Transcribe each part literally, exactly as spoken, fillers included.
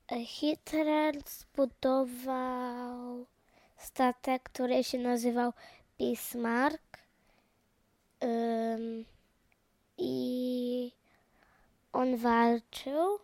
Hitler zbudował statek, który się nazywał Bismarck. Ym, I on walczył.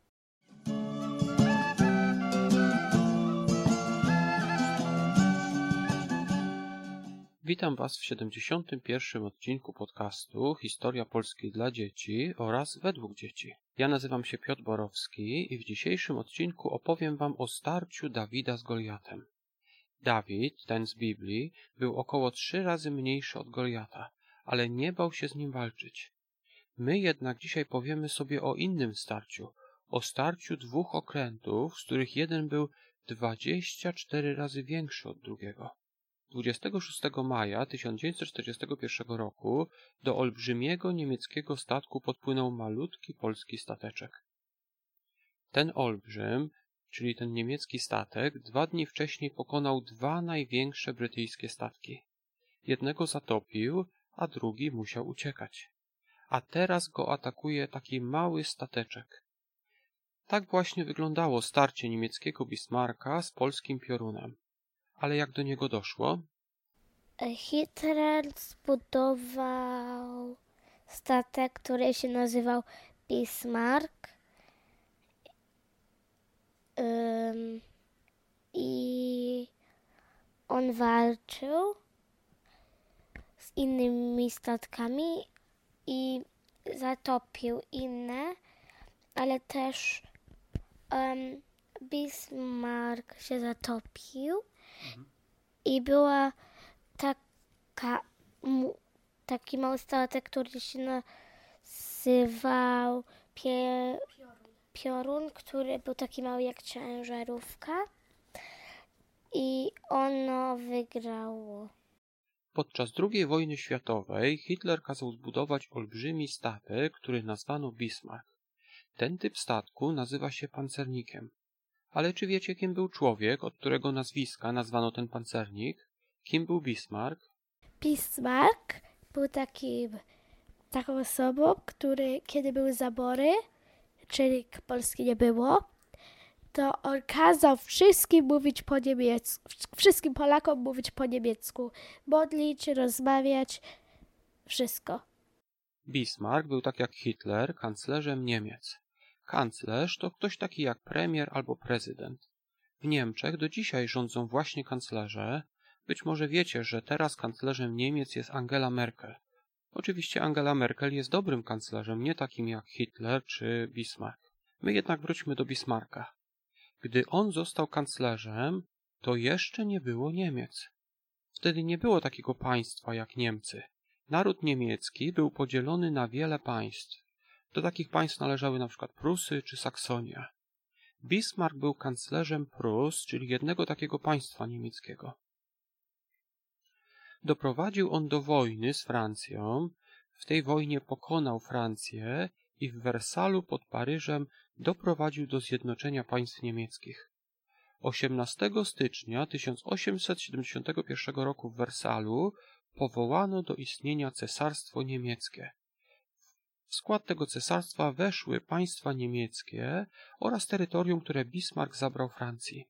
Witam Was w siedemdziesiątym pierwszym odcinku podcastu Historia Polski dla dzieci oraz według dzieci. Ja nazywam się Piotr Borowski i w dzisiejszym odcinku opowiem Wam o starciu Dawida z Goliatem. Dawid, ten z Biblii, był około trzy razy mniejszy od Goliata, ale nie bał się z nim walczyć. My jednak dzisiaj powiemy sobie o innym starciu, o starciu dwóch okrętów, z których jeden był dwadzieścia cztery razy większy od drugiego. dwudziestego szóstego maja tysiąc dziewięćset czterdziestego pierwszego roku do olbrzymiego niemieckiego statku podpłynął malutki polski stateczek. Ten olbrzym, czyli ten niemiecki statek, dwa dni wcześniej pokonał dwa największe brytyjskie statki. Jednego zatopił, a drugi musiał uciekać. A teraz go atakuje taki mały stateczek. Tak właśnie wyglądało starcie niemieckiego Bismarcka z polskim Piorunem. Ale jak do niego doszło? Hitler zbudował statek, który się nazywał Bismarck. Ym, I on walczył z innymi statkami i zatopił inne, ale też um, Bismarck się zatopił. Mhm. I była taka, mu, taki mały statek, który się nazywał pie, Piorun, który był taki mały jak ciężarówka i ono wygrało. Podczas drugiej wojny światowej Hitler kazał zbudować olbrzymi statek, który nazwano Bismarck. Ten typ statku nazywa się pancernikiem. Ale czy wiecie, kim był człowiek, od którego nazwiska nazwano ten pancernik? Kim był Bismarck? Bismarck był takim, taką osobą, który kiedy były zabory, czyli Polski nie było, to on kazał wszystkim mówić po niemiecku, wszystkim Polakom mówić po niemiecku, modlić, rozmawiać, wszystko. Bismarck był tak jak Hitler kanclerzem Niemiec. Kanclerz to ktoś taki jak premier albo prezydent. W Niemczech do dzisiaj rządzą właśnie kanclerze. Być może wiecie, że teraz kanclerzem Niemiec jest Angela Merkel. Oczywiście Angela Merkel jest dobrym kanclerzem, nie takim jak Hitler czy Bismarck. My jednak wróćmy do Bismarcka. Gdy on został kanclerzem, to jeszcze nie było Niemiec. Wtedy nie było takiego państwa jak Niemcy. Naród niemiecki był podzielony na wiele państw. Do takich państw należały na przykład Prusy czy Saksonia. Bismarck był kanclerzem Prus, czyli jednego takiego państwa niemieckiego. Doprowadził on do wojny z Francją, w tej wojnie pokonał Francję i w Wersalu pod Paryżem doprowadził do zjednoczenia państw niemieckich. osiemnastego stycznia tysiąc osiemset siedemdziesiątego pierwszego roku w Wersalu powołano do istnienia Cesarstwo Niemieckie. W skład tego cesarstwa weszły państwa niemieckie oraz terytorium, które Bismarck zabrał Francji.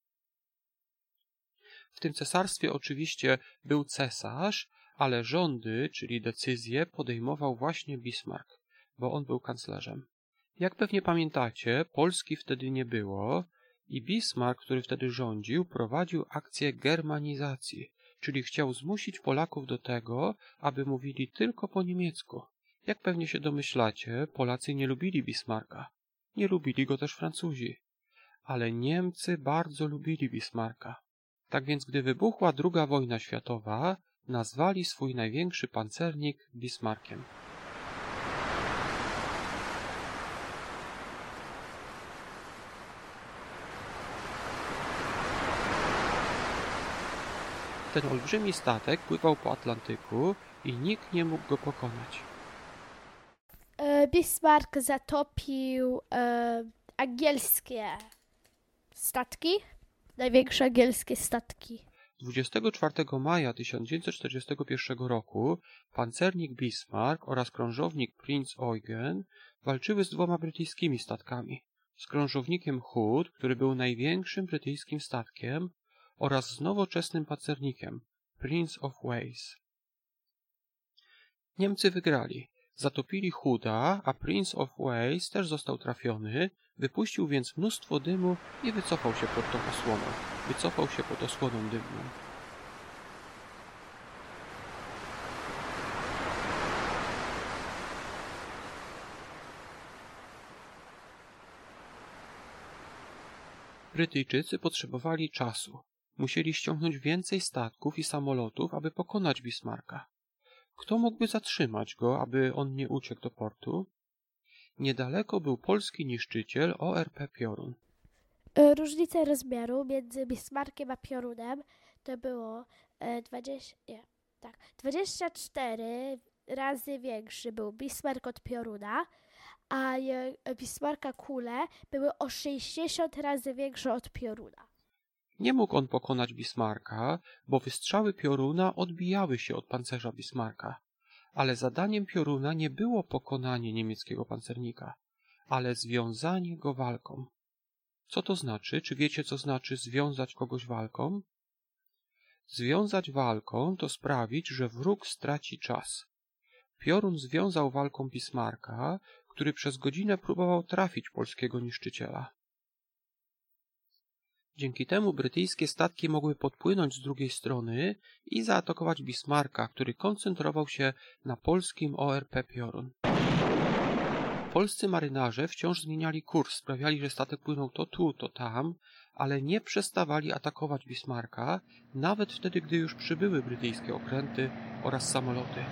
W tym cesarstwie oczywiście był cesarz, ale rządy, czyli decyzje, podejmował właśnie Bismarck, bo on był kanclerzem. Jak pewnie pamiętacie, Polski wtedy nie było i Bismarck, który wtedy rządził, prowadził akcję germanizacji, czyli chciał zmusić Polaków do tego, aby mówili tylko po niemiecku. Jak pewnie się domyślacie, Polacy nie lubili Bismarcka. Nie lubili go też Francuzi. Ale Niemcy bardzo lubili Bismarcka. Tak więc, gdy wybuchła druga wojna światowa, nazwali swój największy pancernik Bismarckiem. Ten olbrzymi statek pływał po Atlantyku i nikt nie mógł go pokonać. Bismarck zatopił e, angielskie statki, największe angielskie statki. dwudziestego czwartego maja tysiąc dziewięćset czterdziestego pierwszego roku pancernik Bismarck oraz krążownik Prinz Eugen walczyły z dwoma brytyjskimi statkami. z krążownikiem Hood, który był największym brytyjskim statkiem, oraz z nowoczesnym pancernikiem Prince of Wales. Niemcy wygrali. Zatopili Hooda, a Prince of Wales też został trafiony, wypuścił więc mnóstwo dymu i wycofał się pod tą osłoną. Wycofał się pod osłoną dymną. Brytyjczycy potrzebowali czasu. Musieli ściągnąć więcej statków i samolotów, aby pokonać Bismarcka. Kto mógłby zatrzymać go, aby on nie uciekł do portu? Niedaleko był polski niszczyciel O R P Piorun. Różnica rozmiaru między Bismarckiem a Piorunem to było dwadzieścia, nie, tak, dwadzieścia cztery razy większy był Bismarck od Pioruna, a Bismarcka kule były o sześćdziesiąt razy większe od Pioruna. Nie mógł on pokonać Bismarcka, bo wystrzały Pioruna odbijały się od pancerza Bismarcka. Ale zadaniem Pioruna nie było pokonanie niemieckiego pancernika, ale związanie go walką. Co to znaczy? Czy wiecie, co znaczy związać kogoś walką? Związać walką to sprawić, że wróg straci czas. Piorun związał walką Bismarcka, który przez godzinę próbował trafić polskiego niszczyciela. Dzięki temu brytyjskie statki mogły podpłynąć z drugiej strony i zaatakować Bismarcka, który koncentrował się na polskim O R P Piorun. Polscy marynarze wciąż zmieniali kurs, sprawiali, że statek płynął to tu, to tam, ale nie przestawali atakować Bismarcka, nawet wtedy, gdy już przybyły brytyjskie okręty oraz samoloty.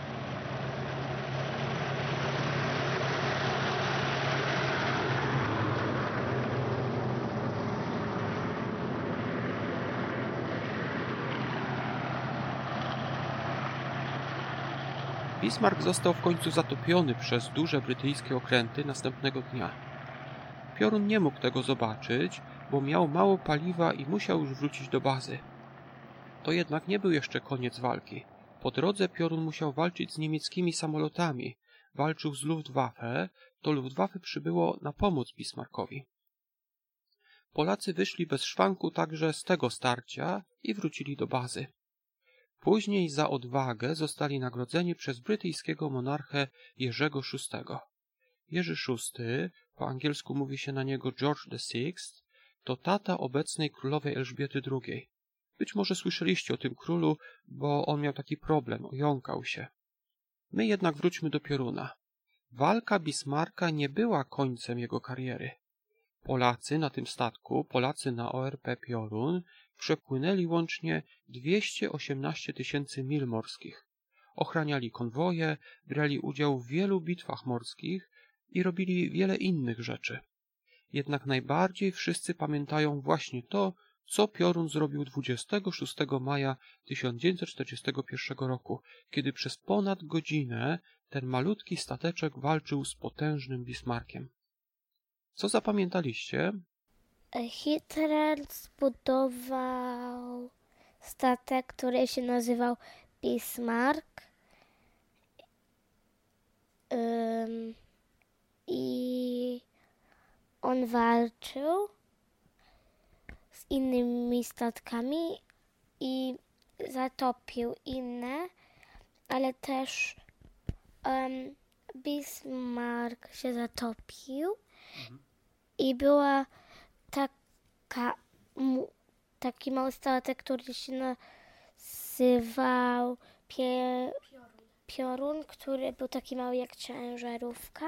Bismarck został w końcu zatopiony przez duże brytyjskie okręty następnego dnia. Piorun nie mógł tego zobaczyć, bo miał mało paliwa i musiał już wrócić do bazy. To jednak nie był jeszcze koniec walki. Po drodze Piorun musiał walczyć z niemieckimi samolotami. Walczył z Luftwaffe, to Luftwaffe przybyło na pomoc Bismarckowi. Polacy wyszli bez szwanku także z tego starcia i wrócili do bazy. Później za odwagę zostali nagrodzeni przez brytyjskiego monarchę Jerzego szóstego. Jerzy szósty, po angielsku mówi się na niego George the Sixth, to tata obecnej królowej Elżbiety drugiej. Być może słyszeliście o tym królu, bo on miał taki problem, jąkał się. My jednak wróćmy do Pioruna. Walka Bismarcka nie była końcem jego kariery. Polacy na tym statku, Polacy na O R P Piorun, przepłynęli łącznie dwieście osiemnaście tysięcy mil morskich. Ochraniali konwoje, brali udział w wielu bitwach morskich i robili wiele innych rzeczy. Jednak najbardziej wszyscy pamiętają właśnie to, co Piorun zrobił dwudziestego szóstego maja tysiąc dziewięćset czterdziestego pierwszego roku, kiedy przez ponad godzinę ten malutki stateczek walczył z potężnym Bismarckiem. Co zapamiętaliście? Hitler zbudował statek, który się nazywał Bismarck. Um, I on walczył z innymi statkami i zatopił inne, ale też um, Bismarck się zatopił. Mhm. I była taka, taki mały statek, który się nazywał Pie, Piorun, który był taki mały jak ciężarówka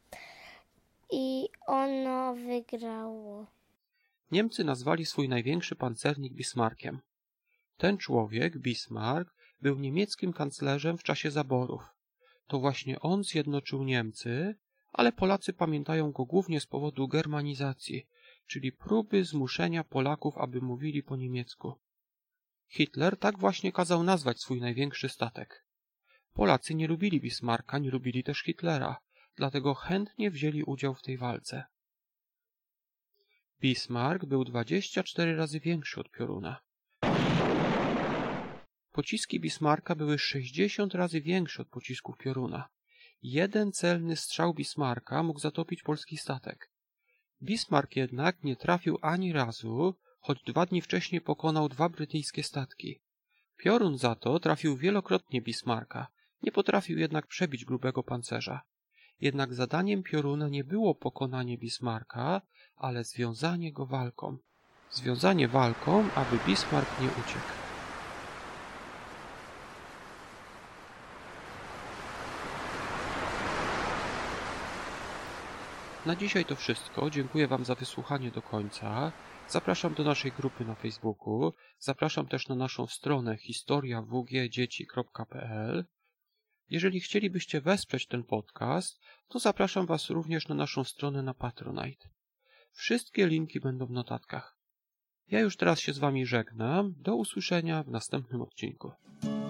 i ono wygrało. Niemcy nazwali swój największy pancernik Bismarckiem. Ten człowiek, Bismarck, był niemieckim kanclerzem w czasie zaborów. To właśnie on zjednoczył Niemcy, ale Polacy pamiętają go głównie z powodu germanizacji, czyli próby zmuszenia Polaków, aby mówili po niemiecku. Hitler tak właśnie kazał nazwać swój największy statek. Polacy nie lubili Bismarcka, nie lubili też Hitlera, dlatego chętnie wzięli udział w tej walce. Bismarck był dwadzieścia cztery razy większy od Pioruna. Pociski Bismarcka były sześćdziesiąt razy większe od pocisków Pioruna. Jeden celny strzał Bismarcka mógł zatopić polski statek. Bismarck jednak nie trafił ani razu, choć dwa dni wcześniej pokonał dwa brytyjskie statki. Piorun za to trafił wielokrotnie Bismarcka, nie potrafił jednak przebić grubego pancerza. Jednak zadaniem Pioruna nie było pokonanie Bismarcka, ale związanie go walką. Związanie walką, aby Bismarck nie uciekł. Na dzisiaj to wszystko. Dziękuję Wam za wysłuchanie do końca. Zapraszam do naszej grupy na Facebooku. Zapraszam też na naszą stronę historia w g dzieci kropka p l. Jeżeli chcielibyście wesprzeć ten podcast, to zapraszam Was również na naszą stronę na Patronite. Wszystkie linki będą w notatkach. Ja już teraz się z Wami żegnam. Do usłyszenia w następnym odcinku.